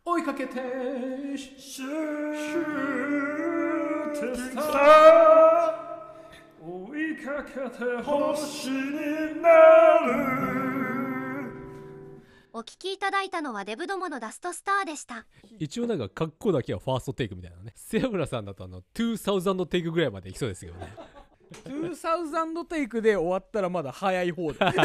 追いかけてシューテスター追いかけて星になる。 お聞きいただいたのはデブどものダストスターでした。 一応なんか格好だけはファーストテイクみたいなね。セアブラさんだと2000テイクぐらいまでいきそうですけどね。 2000テイクで終わったらまだ早い方だ。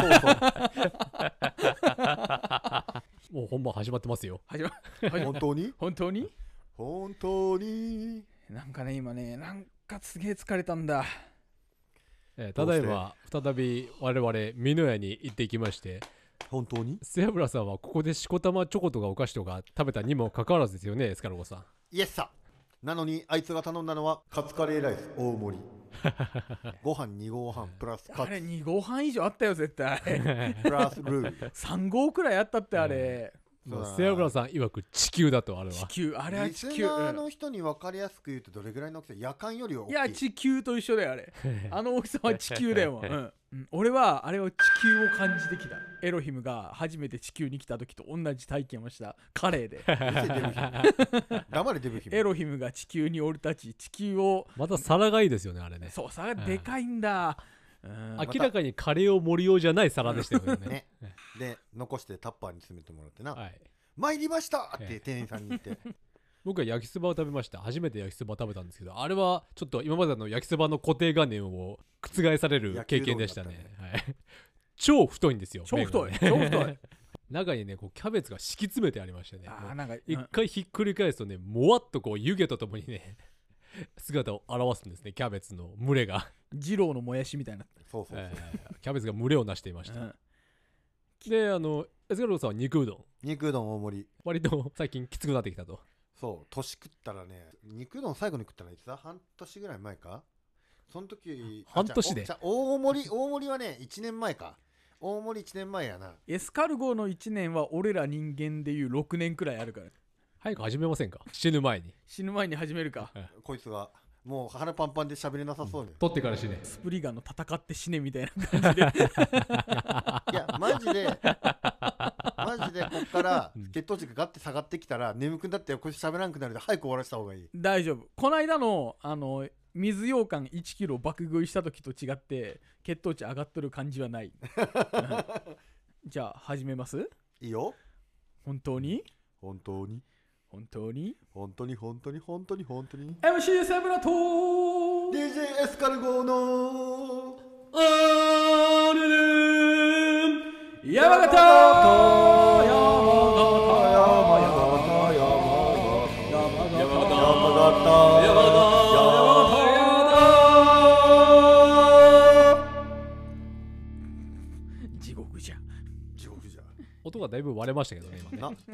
もう本番始まってますよ。 本当に本当に本当になんかね今ねなんかすげえ疲れたんだ。 ただいま再び我々美濃屋に行ってきまして、 本当にセアブラさんはここでしこたまチョコとかお菓子とか食べたにもかかわらずですよね、エスカルゴさん。 イエスさ。なのにあいつが頼んだのはカツカレーライス大盛り。ご飯2合半プラスカツ。 あれ2合半以上あったよ絶対。 プラスルー。 3合くらいあったってあれ。 セアブラさん曰く地球だとあれは。 地球あれはリスナーの人に分かりやすく言うとどれぐらいの大きさ？夜間より大きい。 いや地球と一緒だよあれ。あの大きさは地球だよ。俺はあれを地球を感じてきた。エロヒムが初めて地球に来た時と同じ体験をしたカレーで。 黙れデブヒム。 エロヒムが地球に降り立ち地球をまた皿がいいですよねあれね。 そう皿がでかいんだ。 明らかにカレーを盛るようじゃない皿でしたよね。 で残してタッパーに詰めてもらってな、 はい、 参りましたって店員さんに言って僕は焼きそばを食べました。初めて焼きそばを食べたんですけど、あれはちょっと今までの焼きそばの固定概念を覆される経験でしたね。はい、超太いんですよ。 超太い、超太い。 中にねこうキャベツが敷き詰めてありましてね、 なんか一回ひっくり返すとねもわっとこう湯気とともにね姿を現すんですね、キャベツの群れが。 二郎のもやしみたいな。 そうそうそう、 キャベツが群れをなしていました。でエスカルゴさんは肉うどん。 肉うどん大盛り。 割と最近きつくなってきたと。 そう年食ったらね、肉うどん最後に食ったのいつだ、半年ぐらい前か。その時半年で大盛りはね1年前か。大盛り1年前やな。 エスカルゴの1年は俺ら人間でいう6年くらいあるから。 早く始めませんか、死ぬ前に。 死ぬ前に始めるか。 こいつがもう腹パンパンで喋れなさそうに、 取ってから死ね。 スプリガンの戦って死ねみたいな感じで。 いやマジでこっから血糖値がガッて下がってきたら眠くなってこれ喋らんくなるで早く終わらせた方がいい。 大丈夫。この間の水羊羹1キロ爆食いした時と違って血糖値上がっとる感じはない。じゃあ始めます。 いいよ。 本当に本当に本当に本当に本当に本当に本当に MC セブラと DJ エスカルゴの山形地獄じゃ。 音がだいぶ割れましたけどね今ね。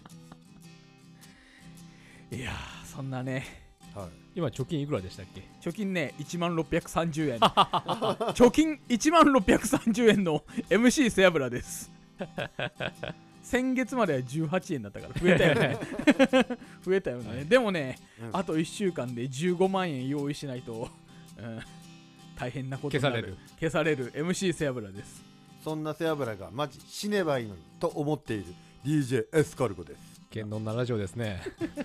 いやそんなね、 今貯金いくらでしたっけ？ 貯金ね1630円。貯金1630円の MC セアブラです。先月までは18円だったから増えたよね。増えたよね。でもね、あと1週間で15万円用意しないと、大変なことになる。消される MC セアブラです。 そんなセアブラがマジ死ねばいいのにと思っている DJ エスカルゴです。 言論なラジオですね。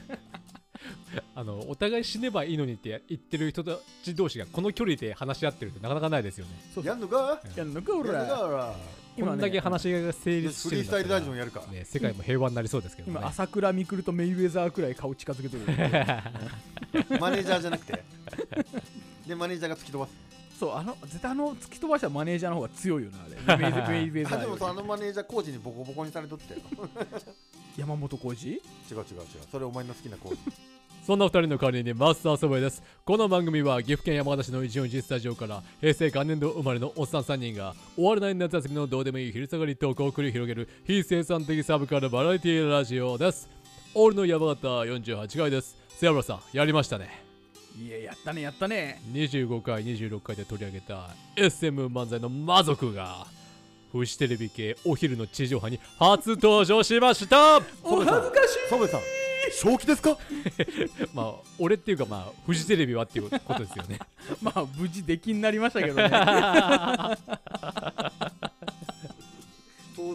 お互い死ねばいいのにって言ってる人たち同士がこの距離で話し合ってるってなかなかないですよね。 やんのか俺ら。 こんだけ話が成立してるんだったらフリースタイルラジオやるか、 ね、世界も平和になりそうですけどね。 今朝倉未来とメイウェザーくらい顔近づけてる。 マネージャーじゃなくてでマネージャーが突き飛ばす。 そう絶対突き飛ばしたマネージャーの方が強いよなあれ。メイウェザー。 でもマネージャー工事にボコボコにされとったよ。 山本浩二？違うそれお前の好きな工事。 そんな2人の代わりにマスターソブエです。この番組は岐阜県山形市の141スタジオから平成元年度生まれのおっさん3人が終わらない夏休みのどうでもいい昼下がりトークを繰り広げる非生産的サブカルバラエティラジオです。オールの山形48回です。セアブラさんやりましたね。 いややったね。 25回26回で取り上げた SM 漫才の魔族がフジテレビ系お昼の地上波に初登場しました。 お恥ずかしい。 ソベさん正気ですか？ まあ俺っていうかまあフジテレビはっていうことですよね。 まあ無事出禁になりましたけどね。 登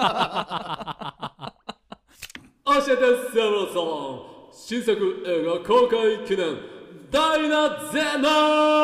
アシャですサムラさん、新作映画公開記念ダイナゼノ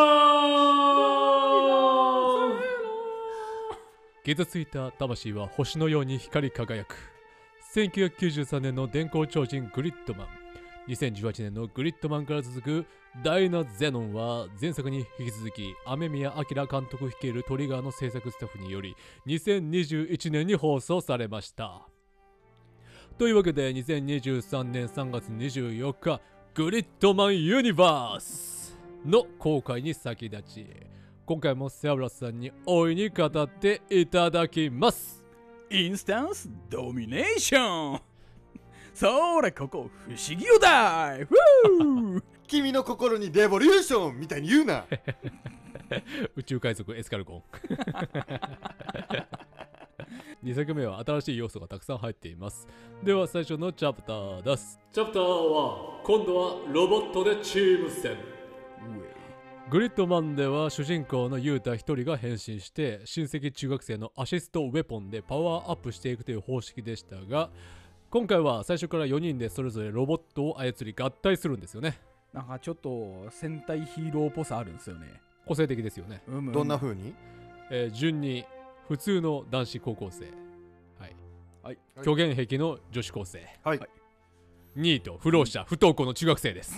ン。傷ついた魂は星のように光り輝く。1993年の電光超人グリッドマン、2018年のグリッドマンから続くダイナゼノンは前作に引き続き雨宮明監督率いるトリガーの制作スタッフにより2021年に放送されました。というわけで2023年3月24日グリッドマンユニバースの公開に先立ち、今回もセアブラスさんに大いに語っていただきます。 インスタンスドミネーション。それここ不思議よだい。 君の心にレボリューションみたいに言うな。 宇宙海賊エスカルゴン。2作目は新しい要素がたくさん入っています。では最初のチャプターです。チャプターは今度はロボットでチーム戦。グリッドマンでは主人公のユータ一人が変身して親戚中学生のアシストウェポンでパワーアップしていくという方式でしたが、今回は最初から4人でそれぞれロボットを操り合体するんですよね。 なんかちょっと戦隊ヒーローっぽさあるんですよね。 個性的ですよね。 どんな風に？ 順に普通の男子高校生、はいはい、 虚言癖の女子高生、 はい、 ニート不老者不登校の中学生です。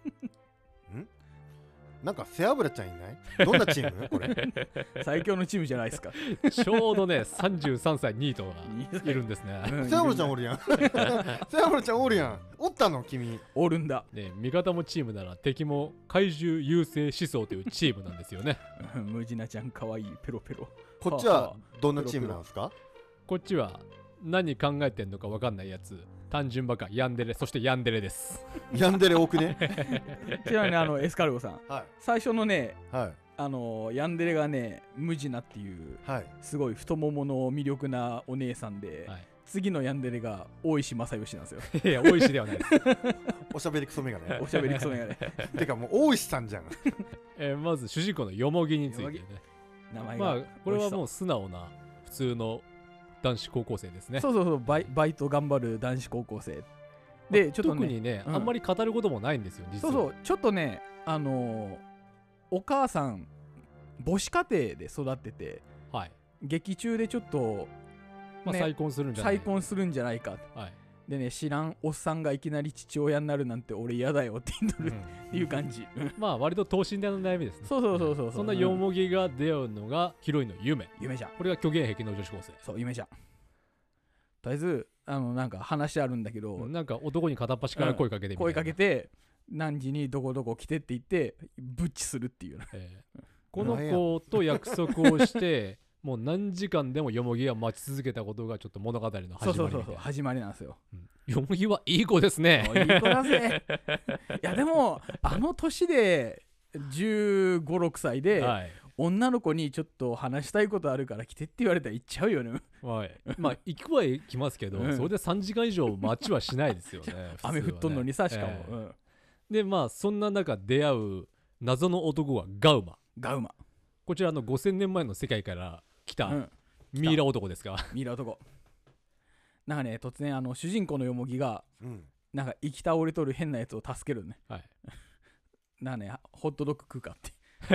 なんか背脂ちゃんいない？どんなチームこれ？ 最強のチームじゃないですか。 ちょうどね33歳ニートがいるんですね。 背脂ちゃんおるやん。背脂ちゃんおるやん。おったの君？ おるんだ。 ね、味方もチームなら敵も怪獣優勢思想というチームなんですよね。 ムジナちゃんかわいいペロペロ。 こっちはどんなチームなんですか？ こっちは何考えてんのか分かんないやつ、単純バカヤンデレ、そしてヤンデレです。 ヤンデレ多くね。 ちなみにエスカルゴさん、 はい、 最初のね、 はい、 ヤンデレがねムジナっていう、はい、すごい太ももの魅力なお姉さんで、はい、次のヤンデレが大石正義なんですよ。 いや大石ではないです。 おしゃべりクソメガネ。 おしゃべりクソメガネ。 てかもう大石さんじゃん。 まず主人公のヨモギについてね。 名前がまあこれはもう素直な普通の男子高校生ですね。 そうそうそう、バイト頑張る男子高校生で、ちょっとね、 特にね、あんまり語ることもないんですよ、実は。 そうそう、ちょっとね、お母さん母子家庭で育ってて、はい、劇中でちょっと、 まあ、再婚するんじゃないか、はい、 でね、知らんおっさんがいきなり父親になるなんて俺嫌だよって言っとる、っていう感じ。 まあ割と等身大の悩みですね。 そう、 そんなヨモギが出会うのがヒロインの夢じゃん。 これが虚言癖の女子高生。 そう、夢じゃん。とりあえずなんか話あるんだけど、 なんか男に片っ端から声かけてみたいな、 声かけて何時にどこどこ来てって言ってブッチするっていう、 この子と約束をしてもう何時間でもヨモギが待ち続けたことがちょっと物語の始まりみたいな。 そう始まりなんですよ。 ヨモギはいい子ですね。 いい子だぜ。いやでもあの年で15、16歳で、はい、 女の子にちょっと話したいことあるから来てって言われたら行っちゃうよね。 はい、まあ行くは行きますけど、それで3時間以上待ちはしないですよね雨降っとんのにさ、しかも、 でまあそんな中出会う謎の男はガウマ。 ガウマ、 こちら5000年前の世界から来たミイラ男ですか。 ミイラ男。なんかね、突然主人公のヨモギがなんか生き倒れとる変なやつを助けるね。 はい。 なんかね、ホットドッグ食うかって。 はい、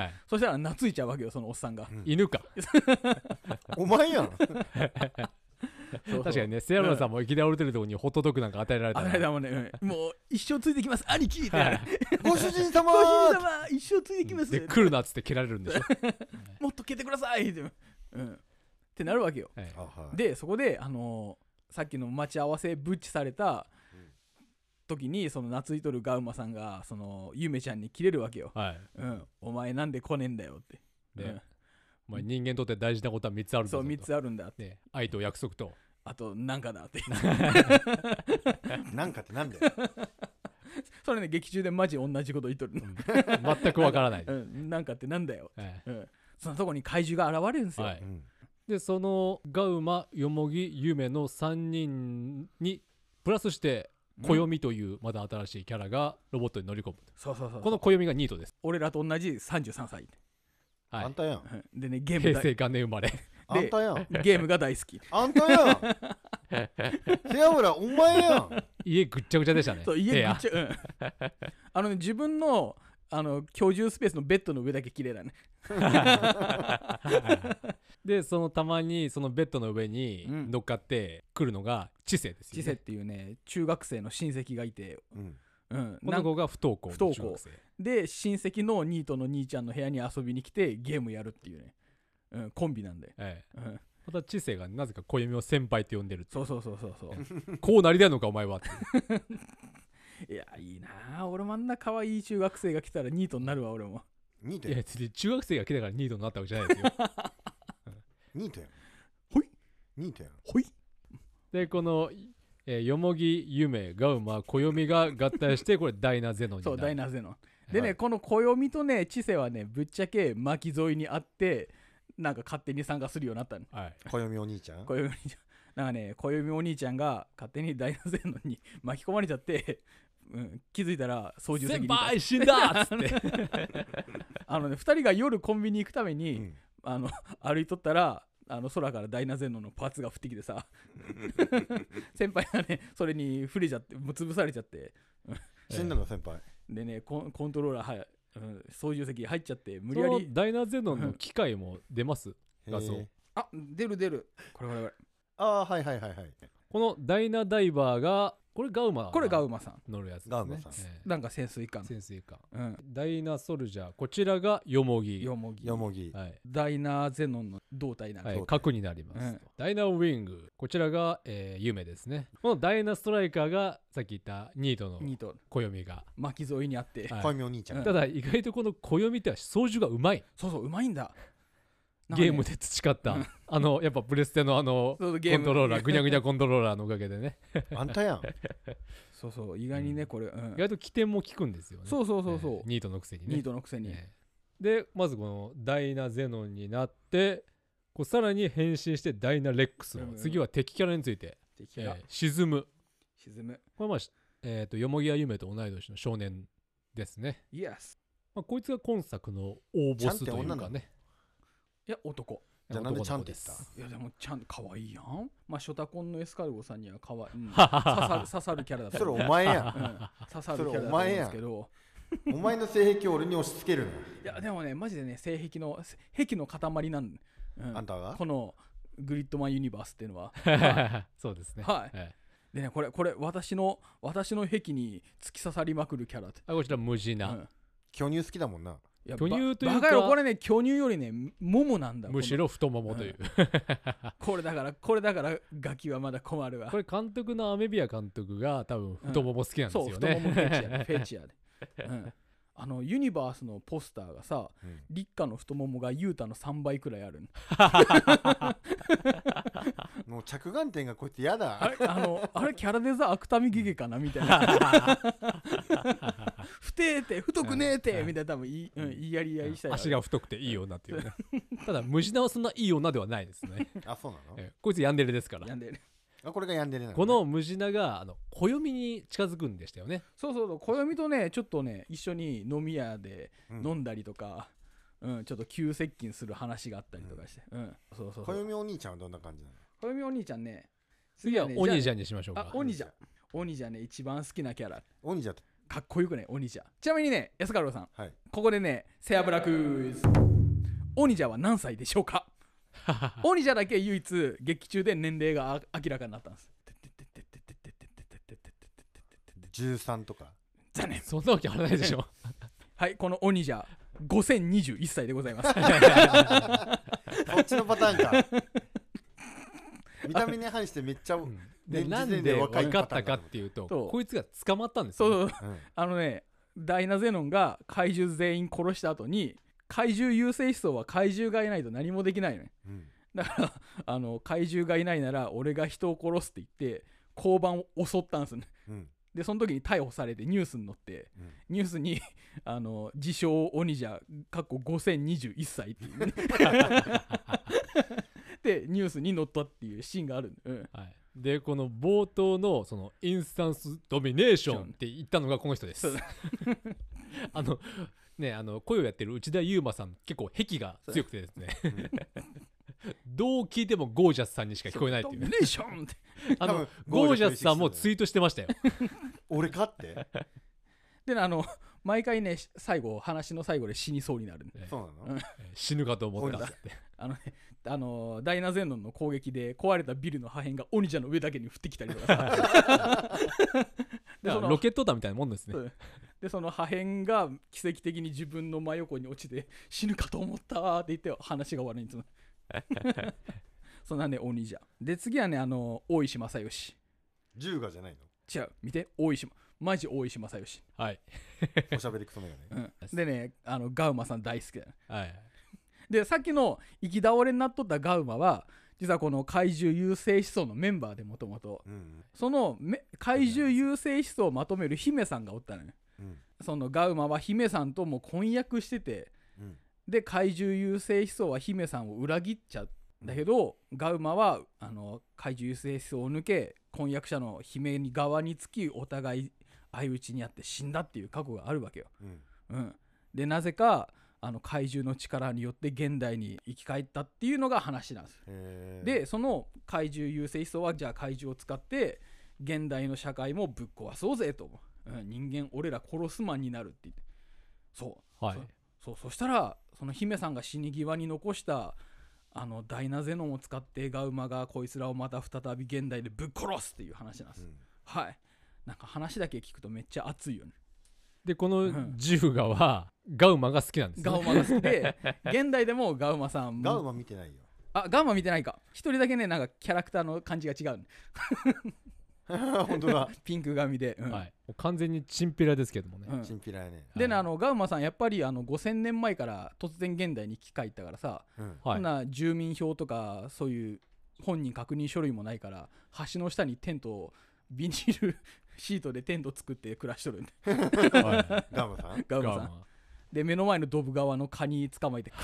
そしたら懐いちゃうわけよ、そのおっさんが。 犬か。 お前やん。 確かにね、セアロナさんも生き倒れてるところにホットドッグなんか与えられたら、 与えたもんね、もう一生ついてきます兄貴って、 ご主人様ご主人様一生ついてきますで来るなっつって蹴られるんでしょもっと蹴ってくださいって、ってなるわけよ。でそこでさっきの待ち合わせブッチされた時に、その懐いとるガウマさんがそのゆめちゃんにキレるわけよ。お前なんで来ねえんだよって。 お前人間にとって大事なことは3つあるんだぞと。 そう3つあるんだって、 愛と約束と、 あとなんかだってなんかってなんだよ。 それね、劇中でマジ同じこと言っとる、 全くわからない、 なんかってなんだよ、そのとこに怪獣が現れるんですよ。 でそのガウマ、ヨモギ、ユメの3人にプラスして暦というまだ新しいキャラがロボットに乗り込む。 そうこの暦がニートです。 俺らと同じ33歳あんたやん。 でね、ゲーム平成元年生まれあんたやん。 ゲームが大好き。 あんたやん。セアブラお前やん。 家ぐっちゃぐちゃでしたね。 そう、家ぐっちゃ、ね、自分の居住スペースのベッドの上だけ綺麗だねでそのたまにそのベッドの上に乗っかってくるのが知世ですよね。 知世っていうね、中学生の親戚がいて、 この子が不登校の中学生で、親戚のニートの兄ちゃんの部屋に遊びに来てゲームやるっていうね、コンビなんで、 また知世がなぜか暦を先輩と呼んでるって。 そうこうなりたいのかお前はっていや、いいな、俺もあんな可愛い中学生が来たらニートになるわ。俺もニートや。いや、中学生が来たからニートになったわけじゃないですよニートやん。 ほいニートやん。 ほいでこのヨモギ、ユメ、ガウマ、暦が合体してこれダイナゼノンになる。 そう、ダイナゼノンでね、この暦とね知世はね、ぶっちゃけ巻き沿いにあって、なんか勝手に参加するようになったの。 暦お兄ちゃん。 暦お兄ちゃんなんかね、暦お兄ちゃんが勝手にダイナゼノンに巻き込まれちゃって気づいたら操縦席にいた。 先輩死んだっつってね、 2人が夜コンビニ行くために、歩いとったら空からダイナゼノンのパーツが降ってきてさ先輩がねそれに触れちゃって、もう潰されちゃって死んだの先輩でね、コントローラー操縦席に入っちゃって、無理やり。 ダイナゼノンの機械も出ます画像。 あ、出るこれあ、はい。 このダイナダイバーがこれガウマさん乗るやつですね。 ガウマさん、 なんか潜水艦、 ダイナソルジャー、こちらがヨモギ、 ダイナゼノンの胴体なんで、 核になります、ダイナウィング、こちらが、ユメですね。このダイナストライカーがさっき言ったニートの暦が巻き沿いにあって、 暦お兄ちゃん。 ただ意外とこの暦っては操縦がうまい。 そううまいんだ。 ゲームで培ったやっぱプレステのコントローラー、ぐにゃぐにゃコントローラーのおかげでねあんたやん。 そう意外にね、これ意外と起点も効くんですよね。 そうニートのくせにね。 でまずこのダイナゼノンになってさらに変身してダイナレックスの次は敵キャラについて、沈む。これヨモギやユメと同い年の少年ですね。こいつが今作の大ボスというかね。 いや、男。 じゃあなんでちゃんって言った？ いやでもちゃん可愛いやん。ショタコンのエスカルゴさんには可愛い、刺さるキャラだった。 それお前やん。 刺さるキャラだったんですけど、 お前の性癖を俺に押し付けるの。 いやでもね、マジでね、性癖の塊なん。 あんたが？ このグリッドマンユニバースっていうのは。 そうですね。 でね、これ私の癖に突き刺さりまくるキャラって。 こちらムジナ。 巨乳好きだもんな。 巨乳というか、 バカよ、これね、巨乳よりね、ももなんだ。 むしろ太ももという、 これだからガキはまだ困るわ。 これ監督のアメビア監督が多分太もも好きなんですよね。 そう、太ももフェチやで。ユニバースのポスターがさ、立花の太ももがユータの3倍くらいあるもう着眼点がこうやって嫌だ。 あれキャラデザ芥見ギゲかなみたいなふてーて太くねーてみたいな多分言いやりやりしたい。 足が太くていい女っていうねただムジナはそんないい女ではないですねあ、そうなの？ こいつヤンデレですから。 やんでね。 あ、これがヤンデレなのね。 このムジナが暦に近づくんでしたよね。 そうそうそう、暦とねちょっとね一緒に飲み屋で飲んだりとか、ちょっと急接近する話があったりとかして、そうそうそう。 暦お兄ちゃんはどんな感じなの？ 暦お兄ちゃんね、 次はねお兄ちゃんにしましょうか。 あ、お兄ちゃん。お兄ちゃんね、一番好きなキャラ。 お兄ちゃんってかっこよくね、お兄ちゃん。ちなみにね、安川さん、 はい。 ここでね、セアブラクイズ。お兄ちゃんは何歳でしょうか？お兄ちゃんだけ唯一、劇中で年齢が明らかになったんです。 13とか。 残念。 そんなわけあらないでしょはい、このお兄ちゃん、5021歳でございます。 そっちのパターンか。見た目に反してめっちゃ、 でねなんで分かったかいっていうと、 そうこいつが捕まったんですそよ、 うそう、 うんダイナゼノンが怪獣全員殺した後に、怪獣優勢思想は怪獣がいないと何もできないのね。 うんだから怪獣がいないなら俺が人を殺すって言って交番を襲ったんですね。 うんでその時に逮捕されてニュースに載ってうんニュースに自称鬼じゃかっこ5021歳っていうねでニュースに載ったっていうシーンがある、 はい、でこの冒頭のそのインスタンスドミネーションって言ったのがこの人ですそうね、声をやってる内田悠馬さん結構癖が強くてですねどう聞いてもゴージャスさんにしか聞こえないっていうねドミネーションって多分ゴージャスさんもツイートしてましたよ俺かってで毎回ね最後話の最後で死にそうになるそうなの？ 死ぬかと思ったってダイナゼノンの攻撃で壊れたビルの破片がオニジャの上だけに降ってきたりとかさでそのロケット弾みたいなもんですねそうでその破片が奇跡的に自分の真横に落ちて死ぬかと思ったって言って話が終わるんですそんなね鬼じゃで次はね大石正義銃がじゃない違う見て大石マジ大石正義、 はい、 の？おしゃべりクソメガネ。 でねガウマさん大好きだよはい、 でさっきの生き倒れになっとったガウマは実はこの怪獣優勢思想のメンバーでもともとその怪獣優勢思想をまとめる姫さんがおったのよ。そのガウマは姫さんとも婚約してて、で怪獣優勢思想は姫さんを裏切っちゃうだけど、ガウマは怪獣優勢思想を抜け婚約者の姫に側につきお互い相打ちにあって死んだっていう過去があるわけよ。でなぜか怪獣の力によって現代に生き返ったっていうのが話なんです。でその怪獣優勢思想はじゃあ怪獣を使って現代の社会もぶっ壊そうぜと、人間俺ら殺すマンになるって言ってそう、 はい、 そしたらその姫さんが死に際に残したダイナゼノンを使ってガウマがこいつらをまた再び現代でぶっ殺すっていう話なんです、はい。なんか話だけ聞くとめっちゃ熱いよね。 でこのジューガはガウマが好きなんですね。 ガウマが好きで現代でもガウマさんガウマ見てないよ。 あ、ガウマ見てないか。一人だけねなんかキャラクターの感じが違う、ね、 本当だ。 ピンク髪で、 はい、もう完全にチンピラですけどもね、 チンピラやね。 でねガウマさんやっぱり5000年前から突然現代に生き返ったからさ、そんな住民票とかそういう本人確認書類もないから橋の下にテントをビニールシートでテント作って暮らしとるんでガウマさんガウマさんで目の前のドブ川のカニ捕まえて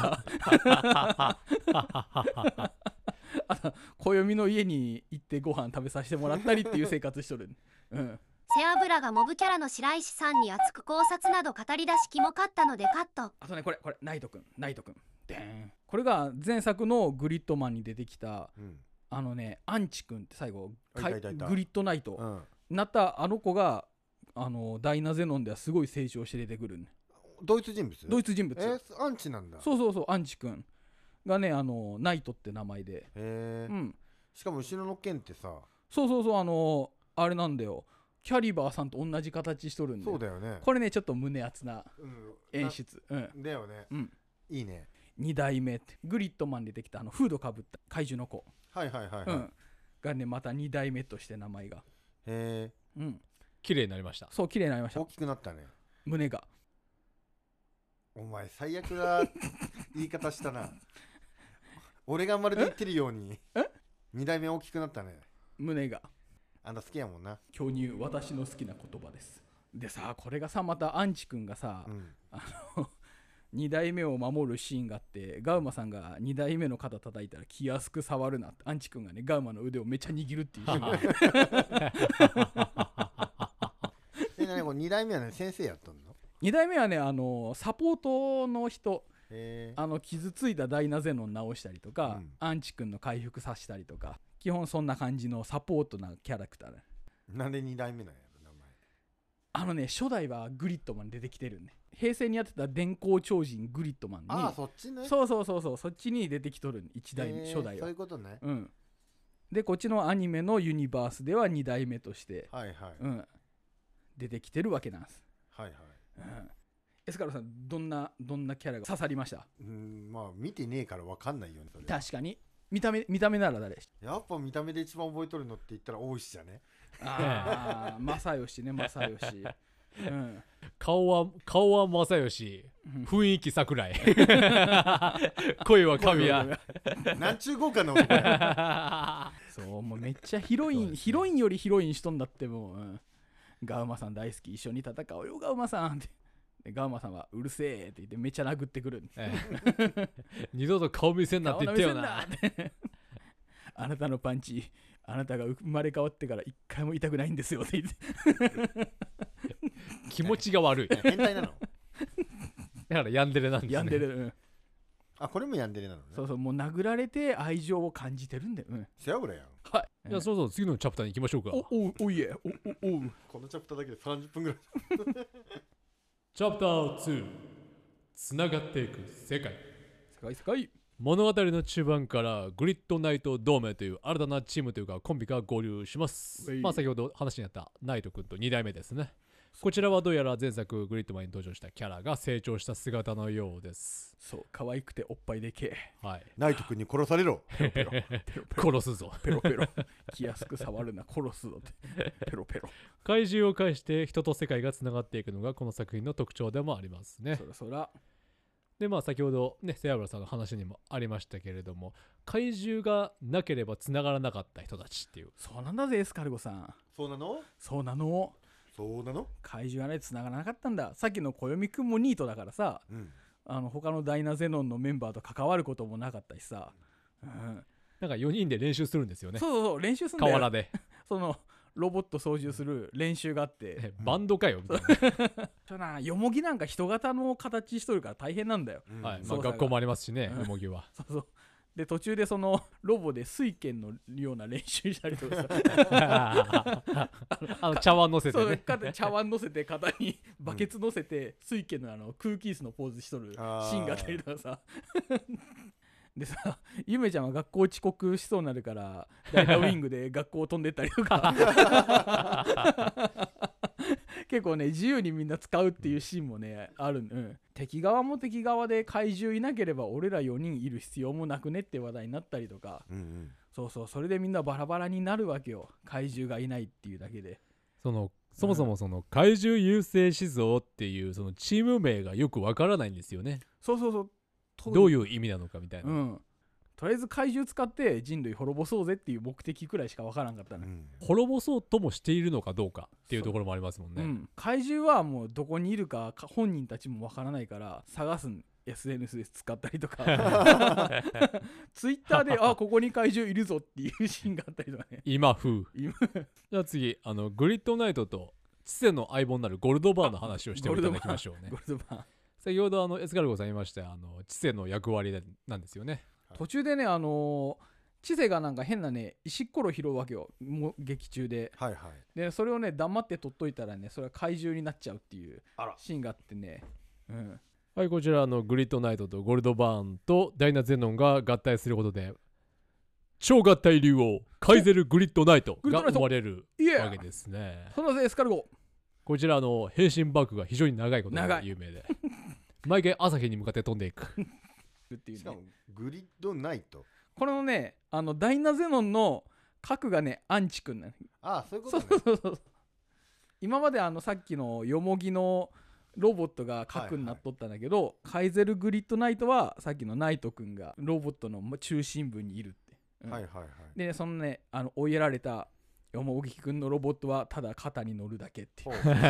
暦の家に行ってご飯食べさせてもらったりっていう生活しとる、 背脂がモブキャラの白石さんに熱く考察など語り出しキモかったのでカット。 あとねこれナイトくんでんこれが前作のグリッドマンに出てきた、アンチくんって最後グリッドナイト、なった子がダイナゼノンではすごい成長して出てくる、ね、 ドイツ人物アンチなんだ。 そうアンチくんがねナイトって名前で、 しかも後ろの剣ってさそうあれなんだよ、キャリバーさんと同じ形しとるんで。 そうだよね。 これねちょっと胸熱な演出、 だよね、いいね。 2代目ってグリッドマンでできたフードかぶった怪獣の子がねまた2代目として名前が綺麗になりました。 そう綺麗になりました。 大きくなったね胸が。 お前最悪な言い方したな俺がまるで言ってるように 2代目大きくなったね。 胸があんた好きやもんな。 巨乳、私の好きな言葉です。でさ、これがさ、またアンチ君がさ、2代目を守るシーンがあって、ガウマさんが2代目の肩叩いたら気安く触るなって、アンチ君がねガウマの腕をめっちゃ握るっていうシーン何これ2代目はね、先生やったんの 2代目はねサポートの人、傷ついたダイナゼノン直したりとか、アンチ君の回復させたりとか、基本そんな感じのサポートなキャラクターだ。 なんで2代目なんやろ名前。 初代はグリッドマン出てきてるね。平成にやってた電光超人グリッドマンに、 そっちね。 そうそっちに出てきとる1代目、初代は。 そういうことね。 でこっちのアニメのユニバースでは2代目として、出てきてるわけなんです。エスカルさん、どんなキャラが刺さりました？ まあ見てねえから分かんないよね。それ確かに見た目なら誰？ やっぱ見た目で一番覚えとるのって言ったら大石じゃね。 正義ね、正義。 顔は正義、雰囲気桜井、声は神谷。 なんちゅう豪華な男や。 そう、もうめっちゃヒロインよりヒロインしとんだって。もう、ガウマさん大好き、一緒に戦おうよガウマさんって。でガウマさんはうるせえって言ってめっちゃ殴ってくる。 二度と顔見せんなって言ってよな。 あなたのパンチ、あなたが生まれ変わってから一回も痛くないんですよって言って。 気持ちが悪い。 変態なの。 だからヤンデレなんですね。 ヤンデレ。 これもヤンデレなのね。 そう、もう殴られて愛情を感じてるんだよ。 背脂やん。 はい。 じゃあそろそろ次のチャプターに行きましょうか。 おいえ。 このチャプターだけで30分ぐらい。 チャプター2、つながっていく世界。 世界。 物語の中盤からグリッドナイト同盟という新たなチームというかコンビが合流します。先ほど話にあったナイト君と2代目ですね。こちらはどうやら前作グリッドマンに登場したキャラが成長した姿のようです。 そう、可愛くておっぱいでけえ。 はい。 ナイト君に殺されろ。 殺すぞ。 ペロペロ。気安く触るな、殺すぞって。ペロペロ。 怪獣を介して人と世界がつながっていくのがこの作品の特徴でもありますね。 そら。 で先ほどね、セアブラさんの話にもありましたけれども、怪獣がなければつながらなかった人たちっていう。 そうなんだぜエスカルゴさん。 そうなの。 怪獣はね、つながらなかったんだ。さっきの暦くんもニートだからさ、他のダイナゼノンのメンバーと関わることもなかったしさ、 なんか4人で練習するんですよね。 そう練習するんだよ。 河原でそのロボット操縦する練習があって、 バンドかよみたいな。 よもぎなんか人型の形しとるから大変なんだよ。 学校もありますしね、よもぎは。 そうで途中でそのロボで水拳のような練習したりとかさ茶碗乗せてね、 茶碗乗せて肩にバケツ乗せて水拳の空気椅子のポーズしとるシーンがあったりとかさでさ、ゆめちゃんは学校遅刻しそうになるからダイナウィングで学校飛んでったりとか結構ね自由にみんな使うっていうシーンもねある。敵側も敵側で怪獣いなければ俺ら4人いる必要もなくねって話題になったりとか、それでみんなバラバラになるわけよ、怪獣がいないっていうだけで。 そもそもその怪獣優勢思想っていうそのチーム名がよくわからないんですよね。どういう意味なのかみたいな。 とりあえず怪獣使って人類滅ぼそうぜっていう目的くらいしかわからんかったね。 滅ぼそうともしているのかどうかっていうところもありますもんね。 怪獣はもうどこにいるか本人たちもわからないから探すん。SNS で使ったりとかツイッターでここに怪獣いるぞっていうシーンがあったりとかね。 今風。じゃあ次グリッドナイトと知性の相棒になるゴルドバーンの話をしていただきましょうね。 ゴルドバーン先ほどエスカルゴさん言いました知性の役割なんですよね。 途中でね知性がなんか変なね石っころ拾うわけよ、もう劇中で。でそれをね黙って取っといたらね、それは怪獣になっちゃうっていうシーンがあってね。 はい、こちらグリッドナイトとゴルドバーンとダイナゼノンが合体することで超合体竜王カイゼル・グリッドナイトが生まれるわけですね。 そのエスカルゴ、 こちら変身バックが非常に長いことが有名で毎回朝日に向かって飛んでいくっていう、ね、 しかもグリッドナイト、 これのねダイナゼノンの核がねアンチくんなの。 そういうことね。 今までさっきのよもぎのロボットが核になっとったんだけど、カイゼル・グリッドナイトはさっきのナイトくんがロボットの中心部にいるって。 はいはいはい。 でね、そのね、追いやられたよもぎきくんのロボットはただ肩に乗るだけっていう。 ほうほう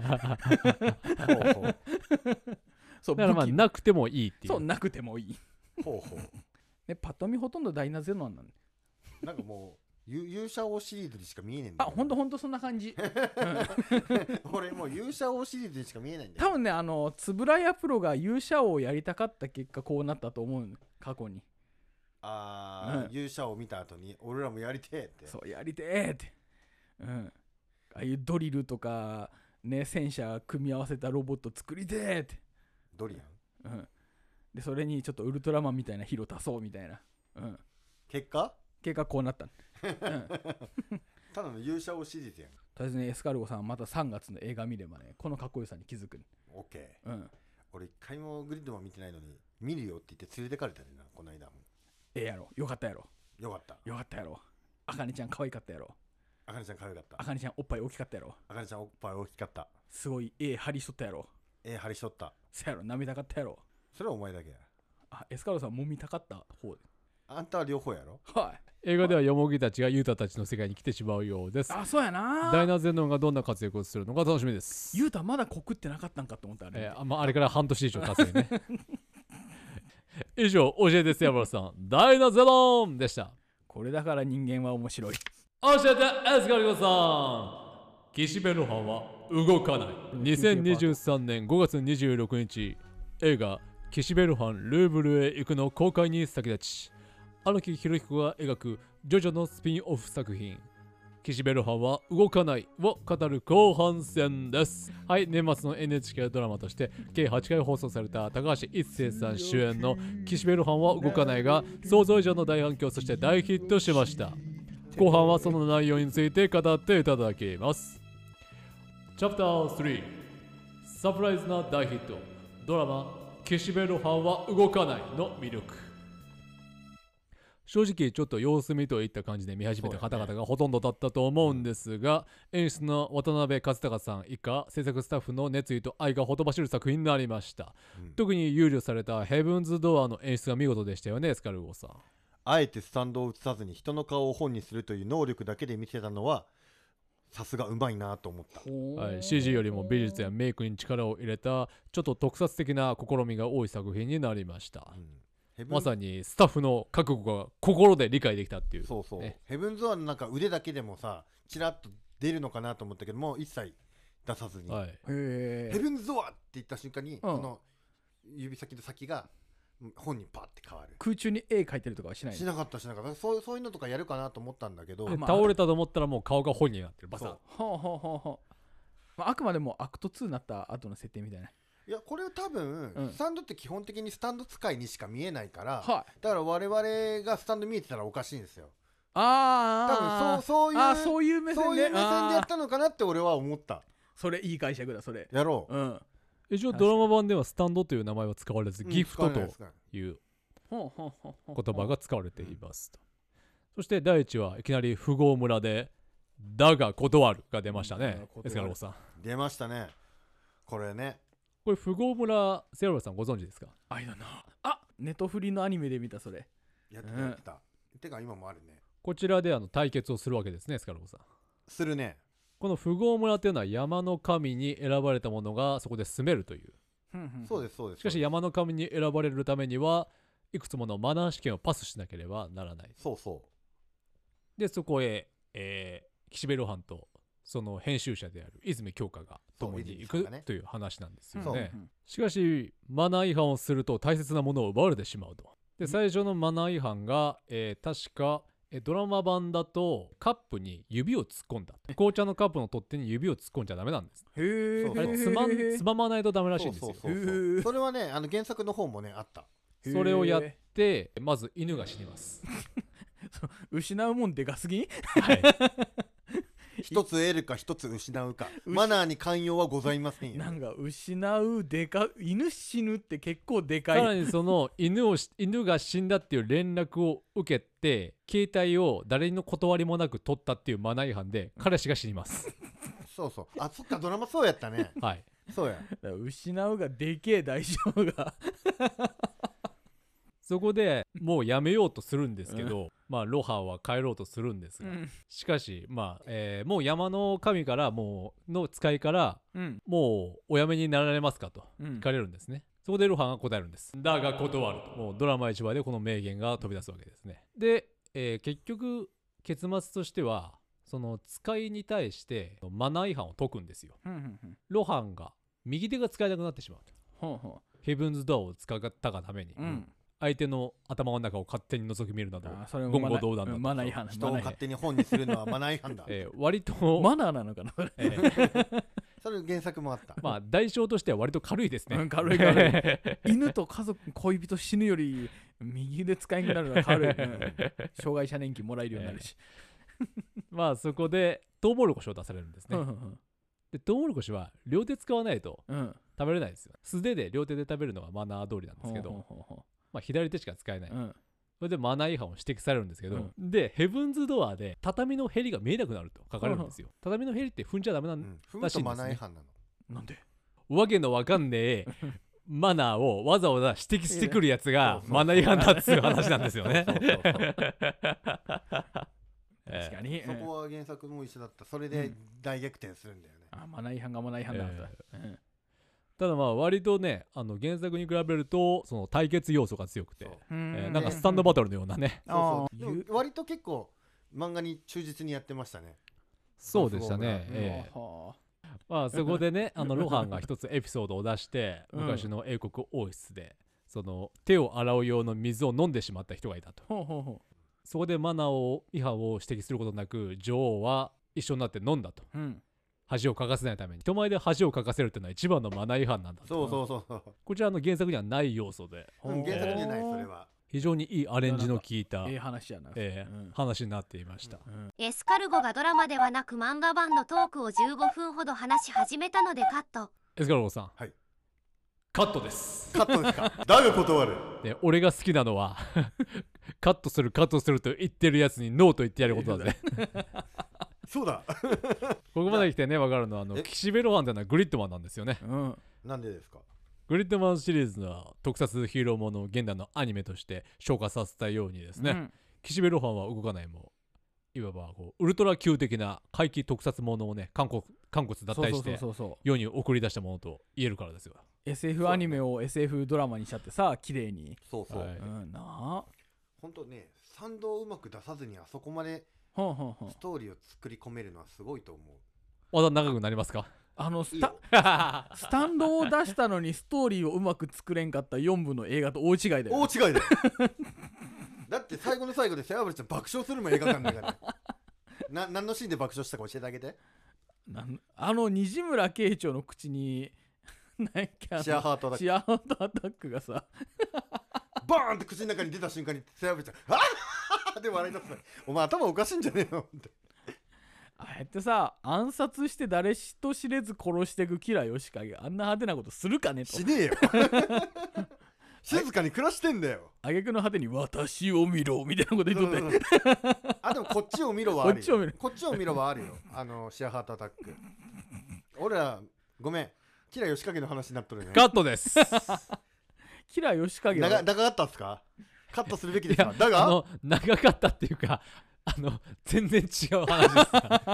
ほうそう、 だからまあ武器なくてもいいっていう。 そう、なくてもいい。 ほうほう。 ね、パッと見ほとんどダイナゼノンなんで。 なんかもう勇者王シリーズにしか見えねえんだあ、 よ。 ほんとそんな感じ。 俺もう勇者王シリーズにしか見えないんだよ。 多分ね、つぶらやプロが勇者王をやりたかった結果こうなったと思うの、過去に。 勇者を見た後に俺らもやりてえって。 そうやりてえって、ああいうドリルとかね、戦車組み合わせたロボット作りてえって、 ドリアン。 でそれにちょっとウルトラマンみたいなヒーロー足そうみたいな、 結果結果こうなったの。 ただの勇者王シリーズやん。 とりあえずね、エスカルゴさんはまた3月の映画見ればね、このかっこよさに気づく。 オッケー。俺一回もグリッドマン見てないのに見るよって言って連れてかれたねな、この間も。 やろ、よかったやろ。 よかった。 よかったやろ。あかねちゃん可愛かったやろ。 あかねちゃん可愛かった。 あかねちゃんおっぱい大きかったやろ。 あかねちゃんおっぱい大きかった。 すごい張りしとったやろ。 張りしとった。 そやろ、舐めたかったやろ。 それはお前だけや。 エスカルゴさん揉みたかった方で。 あんたは両方やろ。 はい。 映画ではヨモギたちがユータたちの世界に来てしまうようです。 あ、そうやな。 ダイナゼノンがどんな活躍をするのか楽しみです。 ユータまだ告ってなかったんかと思ったあれ。 あれから半年以上経つよね。以上、教えてセアブラさん、ダイナゼノンでした。 これだから人間は面白い。 教えてエスカルゴさん、岸辺露伴は動かない。2023年5月26日、映画岸辺露伴ルーブルへ行くの公開に先立ち、荒木博彦が描くジョジョのスピンオフ作品岸辺露伴は動かないを語る後半戦です。はい、年末の NHK ドラマとして計8回放送された高橋一生さん主演の岸辺露伴は動かないが想像以上の大反響、そして大ヒットしました。後半はその内容について語っていただきます。チャプター3、サプライズな大ヒットドラマ岸辺露伴は動かないの魅力。正直ちょっと様子見といった感じで見始めた方々がほとんどだったと思うんですが、演出の渡辺和孝さん以下制作スタッフの熱意と愛がほとばしる作品になりました、特に憂慮されたヘブンズドアの演出が見事でしたよね、スカルゴさん。 あえてスタンドを映さずに人の顔を本にするという能力だけで見せたのはさすがうまいなと思った。 はい、CG よりも美術やメイクに力を入れたちょっと特撮的な試みが多い作品になりました、まさにスタッフの覚悟が心で理解できたっていう。 そうそう、ヘブンズドアのなんか腕だけでもさチラッと出るのかなと思ったけども一切出さずに、ヘブンズドアって言った瞬間に、この指先と先が本にパッて変わる。 空中に絵描いてるとかはしない。 しなかった。そういうのとかやるかなと思ったんだけど、 倒れたと思ったらもう顔が本になってる。バサッ。 あくまでもアクト2になった後の設定みたいな。 いやこれは多分、スタンドって基本的にスタンド使いにしか見えないから、 だから我々がスタンド見えてたらおかしいんですよ。 多分そういう目線でやったのかなって俺は思った。 それいい解釈だ。それやろう。 一応ドラマ版ではスタンドという名前は使われず、ギフトという言葉が使われていますと。そして第一はいきなり富豪村でだが断るが出ましたね。エスカルゴさん出ましたね。これね、 これ富豪村、セアロさんご存知ですか？ ネトフリのアニメで見た。それやってた、てか今もあるね。 こちらで対決をするわけですね、エスカルゴさん。 するね。 この富豪村というのは山の神に選ばれた者がそこで住めるという。 そうですそうです。 しかし山の神に選ばれるためにはいくつものマナー試験をパスしなければならない。でそこへ、岸辺露伴とその編集者である泉鏡花が共に行くという話なんですよね。しかしマナー違反をすると大切なものを奪われてしまうと。で最初のマナー違反が、確かドラマ版だとカップに指を突っ込んだ。紅茶のカップの取っ手に指を突っ込んじゃダメなんです。つままないとダメらしいんですよ。 それはね、原作の方もねあった。 それをやってまず犬が死にます失うもんでかすぎん一つ得るか一つ失うか、マナーに寛容はございませんよ。 なんか失う犬死ぬって結構でかい。 さらにその犬が死んだっていう連絡を受けて携帯を誰の断りもなく取ったっていうマナー違反で彼氏が死にますそうそっか、ドラマそうやったね。そうや。 失うがでけえ大丈夫がそこでもうやめようとするんですけど、まあロハンは帰ろうとするんですが、しかしまあ、もう山の神からもうの使いから、もうおやめになられますかと聞かれるんですね。そこでロハンが答えるんです。だが断ると。もうドラマ1話でこの名言が飛び出すわけですね。で、結局結末としてはその使いに対してマナー違反を解くんですよ。ロハンが右手が使えなくなってしまうと。ヘブンズドアを使ったがために、相手の頭の中を勝手に覗き見るなど言語道断だと。 マナー違反。 人を勝手に本にするのはマナー違反だ。 割とマナーなのかな。 それ原作もあった。 まあ代償としては割と軽いですね。 軽い。犬と家族恋人死ぬより右で使えなくなるのは軽い。障害者年金もらえるようになるし。 まあそこでトウモロコシを出されるんですね。でトウモロコシは両手使わないと食べれないですよ。素手で両手で食べるのがマナー通りなんですけど、まあ左手しか使えない。それでマナー違反を指摘されるんですけど、でヘブンズドアで畳のへりが見えなくなると書かれるんですよ。畳のへりって踏んじゃダメなんらしいんですね。 踏むとマナー違反なの。 なんで？ わけのわかんねえマナーをわざわざ指摘してくるやつがマナー違反だっつう話なんですよね。 確かに、 そこは原作も一緒だった。それで大逆転するんだよね。 マナー違反がマナー違反なんだ。 ただまあ割とね原作に比べるとその対決要素が強くて、なんかスタンドバトルのようなね。 でも割と結構漫画に忠実にやってましたね。 そうでしたね。まあそこでねロハンが一つエピソードを出して昔の英国王室でその手を洗う用の水を飲んでしまった人がいたと。そこでマナー違反を指摘することなく女王は一緒になって飲んだと。恥をかかせないために人前で恥をかかせるっていうのは一番のマナー違反なんだと。 そうこちらの原作にはない要素で、 原作にはない。それは非常にいいアレンジの効いた話やな、 話になっていました。 エスカルゴがドラマではなく漫画版のトークを15分ほど話し始めたのでカット。 エスカルゴさん、 はい、 カットです。 カットですか。だが断る。 で俺が好きなのはカットすると言ってるやつにノーと言ってやることだぜ。 そうだ。 ここまで来てね分かるのは岸辺露伴というのはグリッドマンなんですよね。 なんでですか。 グリッドマンシリーズは特撮ヒーローものを現代のアニメとして消化させたようにですね、岸辺露伴は動かないもいわばこうウルトラ級的な怪奇特撮ものをね韓国脱退して世に送り出したものと言えるからですよ。 SF アニメを SF ドラマにしちゃってさ綺麗に。 そう、ほんとね賛同をうまく出さずにあそこまでストーリーを作り込めるのはすごいと思う。 まだ長くなりますか。 スタンドを出したのにストーリーをうまく作れんかった4部の映画と大違いだよ。 大違いだよ。だって最後の最後で背脂ちゃん爆笑するもん映画館だから。何のシーンで爆笑したか教えてあげて。 西村慶長の口にシアハートアタックがさバーンって口の中に出た瞬間に背脂ちゃんあっで笑い出す。お前頭おかしいんじゃねえのって。 ああやってさ暗殺して誰と知れず殺していく吉良義景があんな派手なことするかねと。 しねえよ。静かに暮らしてんだよ。 挙句の果てに私を見ろみたいなこと言っとって、 あでもこっちを見ろはあるよ。こっちを見ろはあるよ。シアハートアタック。俺らごめん吉良義景の話になっとるね。 カットです。 吉良義景長かったっすか。カットするべきですか。だが長かったっていうか全然違う話です。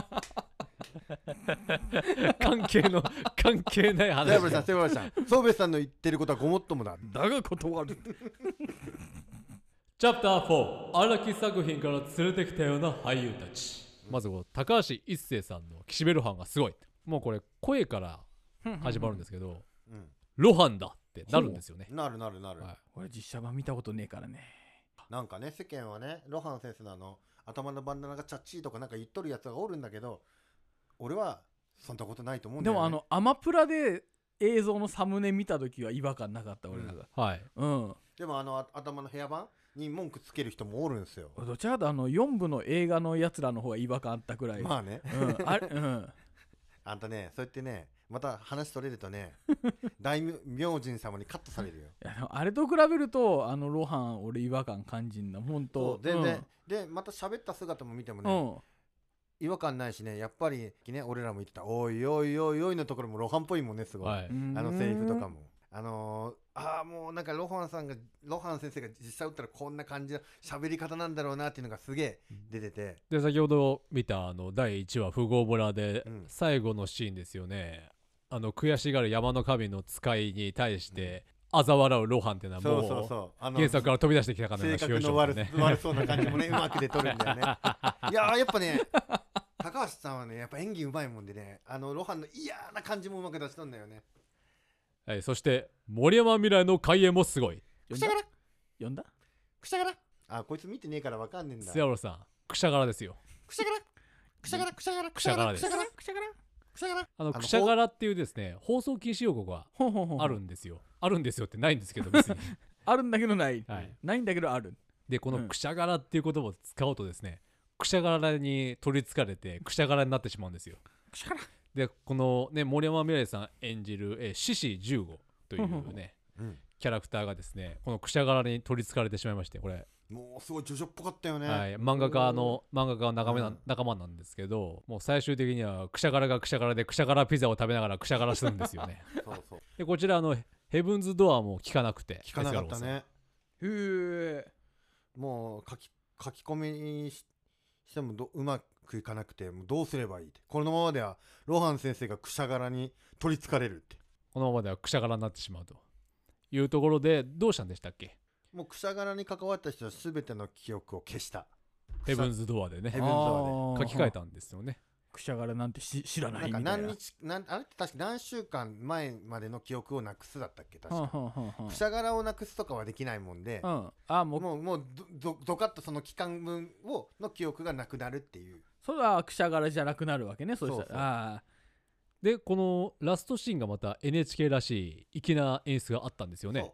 関係ない話。 セバルさん宗兵衛さんの言ってることはごもっともだ。 だが断る。 チャプター4荒木作品から連れてきたような俳優たち。まず高橋一生さんの岸辺露伴がすごい。もうこれ声から始まるんですけど、露伴だってなるんですよね。 なる、 俺実写版見たことねえからね。 なんかね世間はね露伴先生の頭のバンダナがチャッチーとかなんか言っとるやつがおるんだけど俺はそんなことないと思うんだよね。 でもアマプラで映像のサムネ見た時は違和感なかった俺らが。 でも頭のヘアバンに文句つける人もおるんですよ。 どちらかと4部の映画のやつらの方が違和感あったくらい。 まあね。あんたねそうやってねまた話取れるとね大明神様にカットされるよ。 あれと比べると露伴俺違和感感じんなほんと。 全然、でまた喋った姿も見てもね、違和感ないしね。やっぱりね俺らも言ってたおいおいおいおいのところも露伴っぽいもんねすごい。セリフとかももうなんかロハン先生が実際打ったらこんな感じの喋り方なんだろうなっていうのがすげえ出てて、 で先ほど見た第1話富豪村で最後のシーンですよね、悔しがる山の神の使いに対して嘲笑うロハンっていうのはもう原作から飛び出してきたかのような性格の悪そうな感じもねうまくで撮るんだよね。いややっぱね高橋さんはねやっぱ演技うまいもんでね、ロハンの嫌な感じもうまく出しとんだよね。 はい、そして森山未来の開演もすごい。 くしゃがら読んだくしゃがらこいつ見てねえからわかんねえんだ。 スヤロさんくしゃがらですよ。 くしゃがらくしゃがらくしゃがらくしゃがらです。 くしゃがらくしゃがらっていうですね放送禁止用語があるんですよ。あるんですよってないんですけど別にあるんだけどない、 はい、 ないんだけどある。 でこのくしゃがらっていう言葉を使うとですね、くしゃがらに取りつかれてくしゃがらになってしまうんですよ。 くしゃがらでこのね森山未來さん演じる獅子15というねキャラクターがですねこのくしゃがらに取りつかれてしまいまして、これもうすごいジョジョっぽかったよね。 はい、漫画家は仲間なんですけど、もう最終的にはくしゃがらがくしゃがらでくしゃがらピザを食べながらくしゃがらするんですよね。 そうでこちらヘブンズドアも聞かなくて聞かなかったね。 へえ。 もう書き込みしてもうまくいかなくてもうどうすればいいって、このままではロハン先生がくしゃがらに取りつかれるって、 このままではくしゃがらになってしまうというところでどうしたんでしたっけ。 もうくしゃがらに関わった人は全ての記憶を消した。 ヘブンズドアでねヘブンズドアで書き換えたんですよね。 くしゃがらなんて知らないみたいな。 あれって確か何週間前までの記憶をなくすだったっけ確か。くしゃがらをなくすとかはできないもんで、もうドカッとその期間分の記憶がなくなるっていう。 それはくしゃがらじゃなくなるわけね。そうしたらでこのラストシーンがまた NHK らしい粋な演出があったんですよね。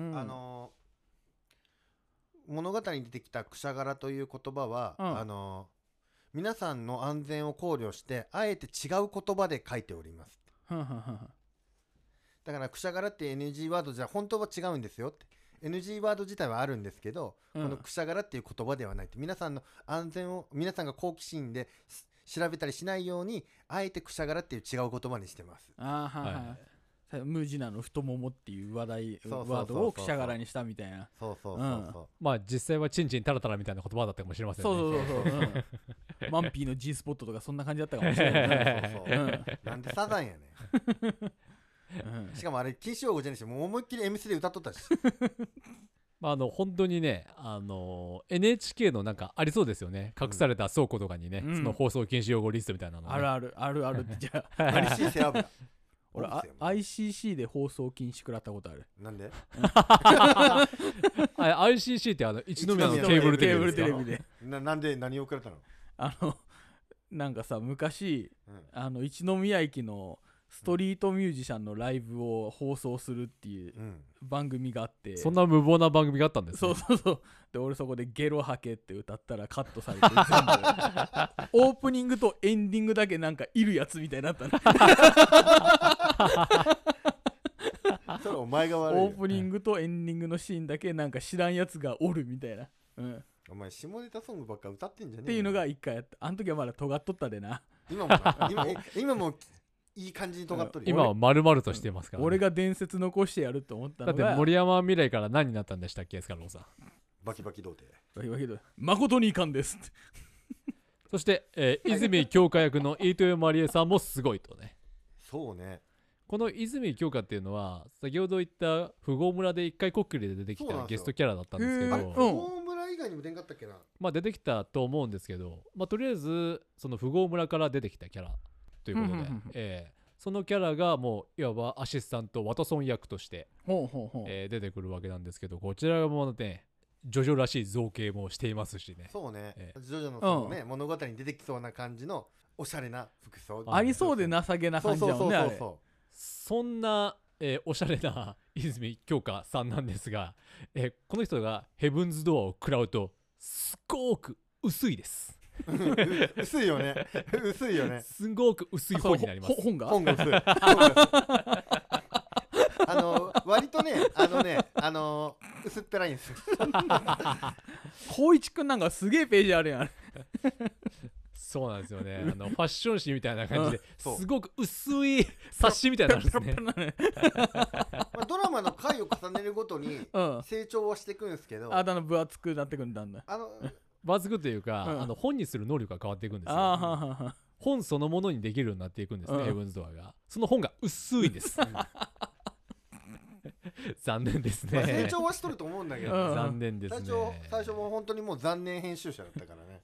物語に出てきたくしゃがらという言葉は、皆さんの安全を考慮してあえて違う言葉で書いております。だからくしゃがらって NG ワードじゃ本当は違うんですよって。 NG ワード自体はあるんですけど、このくしゃがらっていう言葉ではないって、皆さんの安全を皆さんが好奇心で調べたりしないようにあえてくしゃがらっていう違う言葉にしてます。 無地なの太ももっていうワードをくしゃがらにしたみたいな。 まあ実際はチンチンタラタラみたいな言葉だったかもしれませんね。 マンピーの G スポットとかそんな感じだったかもしれない。 なんでサザンやねん。しかもあれ禁止用語じゃないし、もう思いっきり MC で歌っとったし。 本当にねNHK のなんかありそうですよね、隠された倉庫とかにね、その放送禁止用語リストみたいなの、ね、 あるじゃあ ICC 背脂俺ICC で放送禁止食らったことある。 なんで ICC って一宮のケーブルテレビでなんで何を食らったの。 なんかさ昔、一宮駅のストリートミュージシャンのライブを放送するっていう番組があって、 そんな無謀な番組があったんですね。 そうで俺そこでゲロ吐けって歌ったらカットされて全部オープニングとエンディングだけなんかいるやつみたいになったの。 それお前が悪いよ。 オープニングとエンディングのシーンだけなんか知らんやつがおるみたいな、 お前下ネタソングばっか歌ってんじゃねえっていうのが一回やった。あの時はまだ尖っとったでな。 今もいい感じに尖っとるよ。 今は丸々としてますから、ね、 俺が伝説残してやると思ったのが。 だって森山未来から何になったんでしたっけ、エスカローさん。 バキバキ童貞。 バキバキ童貞。誠にいかんですそして、泉鏡花役の飯豊まりえさんもすごいとね。 そうね。 この泉鏡花っていうのは先ほど言った富豪村で一回こっくりで出てきたゲストキャラだったんですけど、 富豪村以外にも出んかったっけな。 出てきたと思うんですけど、とりあえずその富豪村から出てきたキャラということで、そのキャラがもういわばアシスタントワトソン役として出てくるわけなんですけど、こちらもねジョジョらしい造形もしていますしね。 そうね、ジョジョのそのね、物語に出てきそうな感じのおしゃれな服装ありそうで情けな感じだもんね。あれそんな、おしゃれな泉鏡花さんなんですが、この人がヘブンズドアを食らうとすごく薄いです薄いよね。薄いよね。 すごく薄い本になります。 本が薄い。割とね薄っぺらいんですよ。 光一くんなんかすげえページあるやん。 そうなんですよね。ファッション誌みたいな感じですごく薄い冊子みたいなんですね。 ドラマの回を重ねるごとに成長はしていくんですけど、 分厚くなってくんだんだ。 分厚くというか、本にする能力が変わっていくんですよ。本そのものにできるようになっていくんですね、ヘブンズドアが。その本が薄いんです。残念ですね。 成長はしとると思うんだけど、 残念ですね。 最初も本当にもう残念編集者だったからね。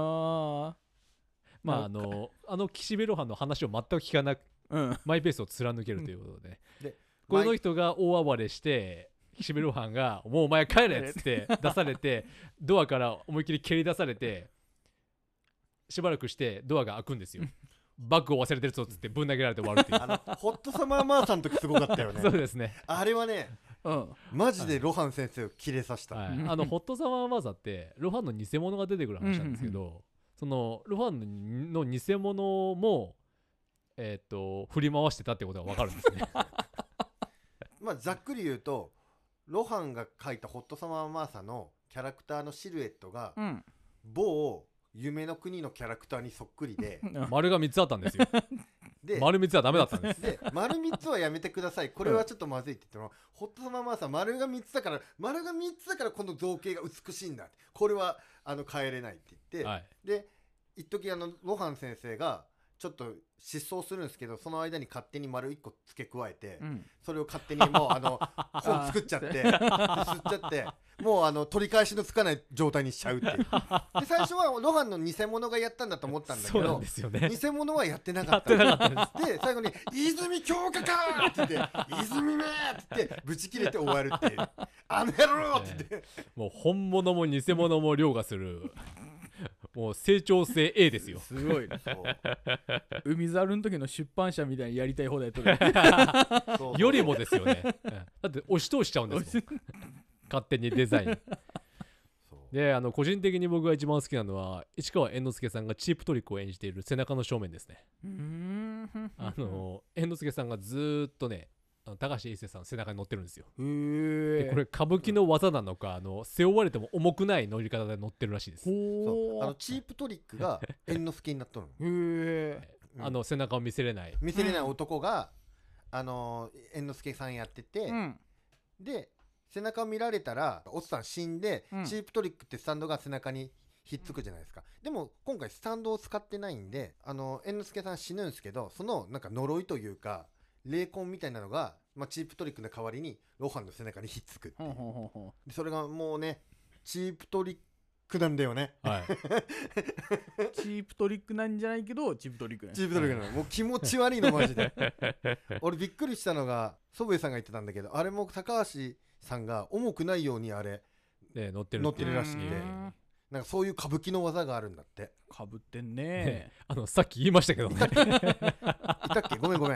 まあ岸辺露伴の話を全く聞かなく、マイペースを貫けるということで、この人が大暴れして岸辺露伴がもうお前帰れっつって出されて、ドアから思いっきり蹴り出されて、しばらくしてドアが開くんですよ。バッグを忘れてるぞっつってぶん投げられて終わるっていう。 ホットサマーマーさんの時すごかったよね。 そうですね。 あれはね、マジで露伴先生をキレさせた。 ホットサマーマーサって露伴の偽物が出てくる話なんですけど、その露伴の偽物も振り回してたってことが分かるんですね。 まあざっくり言うと、露伴が描いたホットサマーマーサのキャラクターのシルエットが、某夢の国のキャラクターにそっくりで丸が3つあったんですよ。で丸3つはダメだったんです。 で丸3つはやめてください、これはちょっとまずいって言っても、ホットサマーマーサ丸が3つだからこの造形が美しいんだ、これは変えれないって言って、で一時露伴先生がちょっと失踪するんですけど、その間に勝手に丸1個付け加えて、それを勝手にもう本作っちゃって吸っちゃって、もう取り返しのつかない状態にしちゃうっていう。で最初は露伴の偽物がやったんだと思ったんだけど、偽物はやってなかった。で最後に「泉鏡花か!」って言って「泉め!」って言ってブチ切れて終わるっていう。あの野郎って言って、 もう本物も偽物も凌駕する。もう成長性 A ですよ。 すごいね。海猿の時の出版社みたいにやりたい放題とるよりもですよね。だって押し通しちゃうんですよ。勝手にデザイン。で個人的に僕が一番好きなのは市川猿之助さんがチープトリックを演じている背中の正面ですね。猿之助さんがずーっとね高橋一生さんの背中に乗ってるんですよ。でこれ歌舞伎の技なのか背負われても重くない乗り方で乗ってるらしいです。 そうチープトリックが猿之助になっとるの。背中を見せれない男が猿之助さんやってて、で背中を見られたらおっさん死んで、チープトリックってスタンドが背中にひっつくじゃないですか。でも今回スタンドを使ってないんで猿之助さん死ぬんですけど、そのなんか呪いというか霊魂みたいなのが、チープトリックの代わりに露伴の背中にひっつくっていう。でそれがもうねチープトリックなんだよね。 チープトリックなんじゃないけどチープトリックね。 チープトリックなの。もう気持ち悪いのマジで。俺びっくりしたのが祖父江さんが言ってたんだけど、あれも高橋さんが重くないようにあれ乗ってるらしくて、なんかそういう歌舞伎の技があるんだって。 かぶってんね。 さっき言いましたけどね。 いたっけ？ごめん。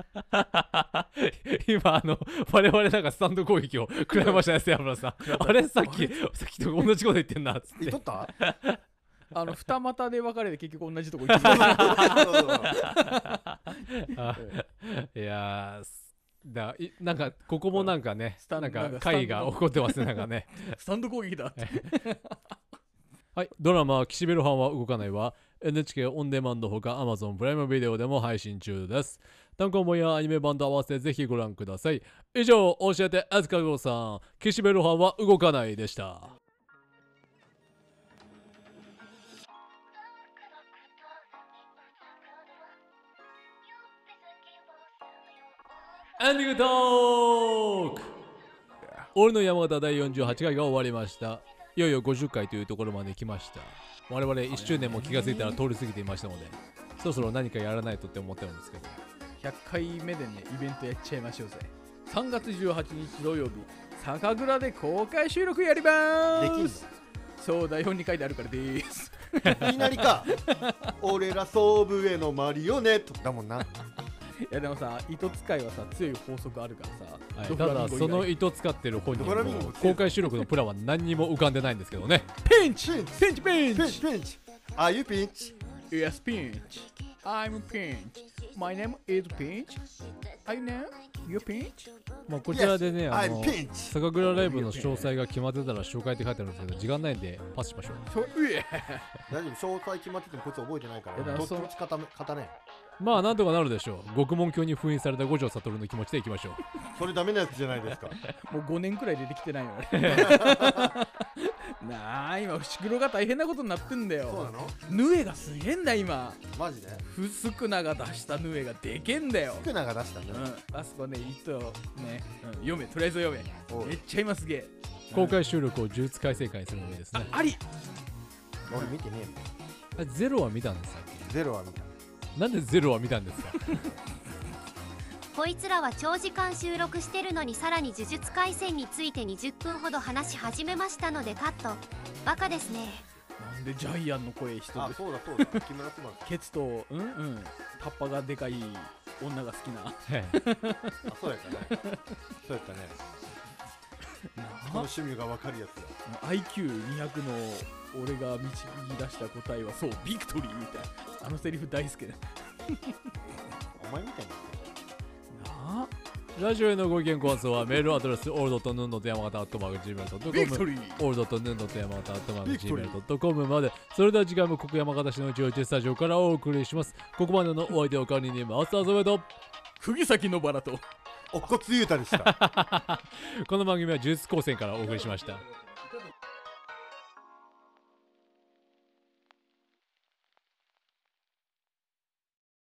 今我々なんかスタンド攻撃を食らいましたね、瀬山さん。あれさっきと同じこと言ってんなっつって。 言っとった？ 二股で分かれて結局同じとこ行ってた。 いやなんかここもなんかね、なんか会が起こってますね、なんかね。 スタンド攻撃だ。 はい、ドラマ「岸辺露伴は動かない」は NHK オンデマンドほか Amazon プライムビデオでも配信中です。単行本やアニメ版と合わせてぜひご覧ください。以上、教えてあずかごさん、岸辺露伴は動かないでした。エンディングトーク。俺の山形第48回が終わりました。いよいよ50回というところまで来ました。我々1周年も気がついたら通り過ぎていましたので、そろそろ何かやらないとって思ってるんですけど、 100回目でね、イベントやっちゃいましょうぜ。3月18日土曜日、酒蔵で公開収録やりまーす。そう、台本に書いてあるからでーす。 いきなりか。俺ら総武へのマリオネットだもんな。 いやでもさ、糸使いはさ、強い法則あるからさ、 ただその糸使ってる本人も公開収録のプランは何にも浮かんでないんですけどね。 ピンチ Are you ピンチ Yes ピンチ I'm ピンチ My name is Pinch. I know you Pinch. まあこちらでね、 I'm Pinch 酒蔵ライブの詳細が決まってたら紹介って書いてあるんですけど、時間ないんでパスしましょう。 大丈夫、紹介決まっててもこいつ覚えてないからどっちみち語れん。 まあなんとかなるでしょう。獄門教に封印された五条悟の気持ちでいきましょう。 それダメなやつじゃないですか。 もう5年くらい出てきてないよね。なあ、今伏黒が大変なことになってんだよ。 そうなの？ ヌエがすげえんだ今。 マジで？ スクナが出したヌエがでけんだよ。 スクナが出したんだね。 あそこね、糸ね、読め、とりあえず読め。めっちゃ今すげえ。 公開収録を呪術改正会にするのもいいですね。 あり。 俺見てねえの。ゼロは見たんですか？ ゼロは見た。 なんでゼロは見たんですか？ こいつらは長時間収録してるのにさらに呪術廻戦について20分ほど話し始めましたのでカット。バカですね。 なんでジャイアンの声一人で。 あ、そうだそうだ。木村昴。 ケツとタッパがでかい女が好きな。 あ、そうやったね。そうやったね。この趣味が分かるやつだ。 IQ200 の俺が導き出した答えはそうビクトリーみたいな。あのセリフ大好きだ。 お前みたいな。 なあ。 ラジオへのご意見ご感想はメールアドレス all.nun.yamagata@gmail.com all.nun.yamagata@gmail.com まで。それでは次回もここ山形市の一応スタジオからお送りします。ここまでのお相手は管理人マスターソベと釘崎のバラとおっこつゆうたでした。 この番組は呪術高専からお送りしました。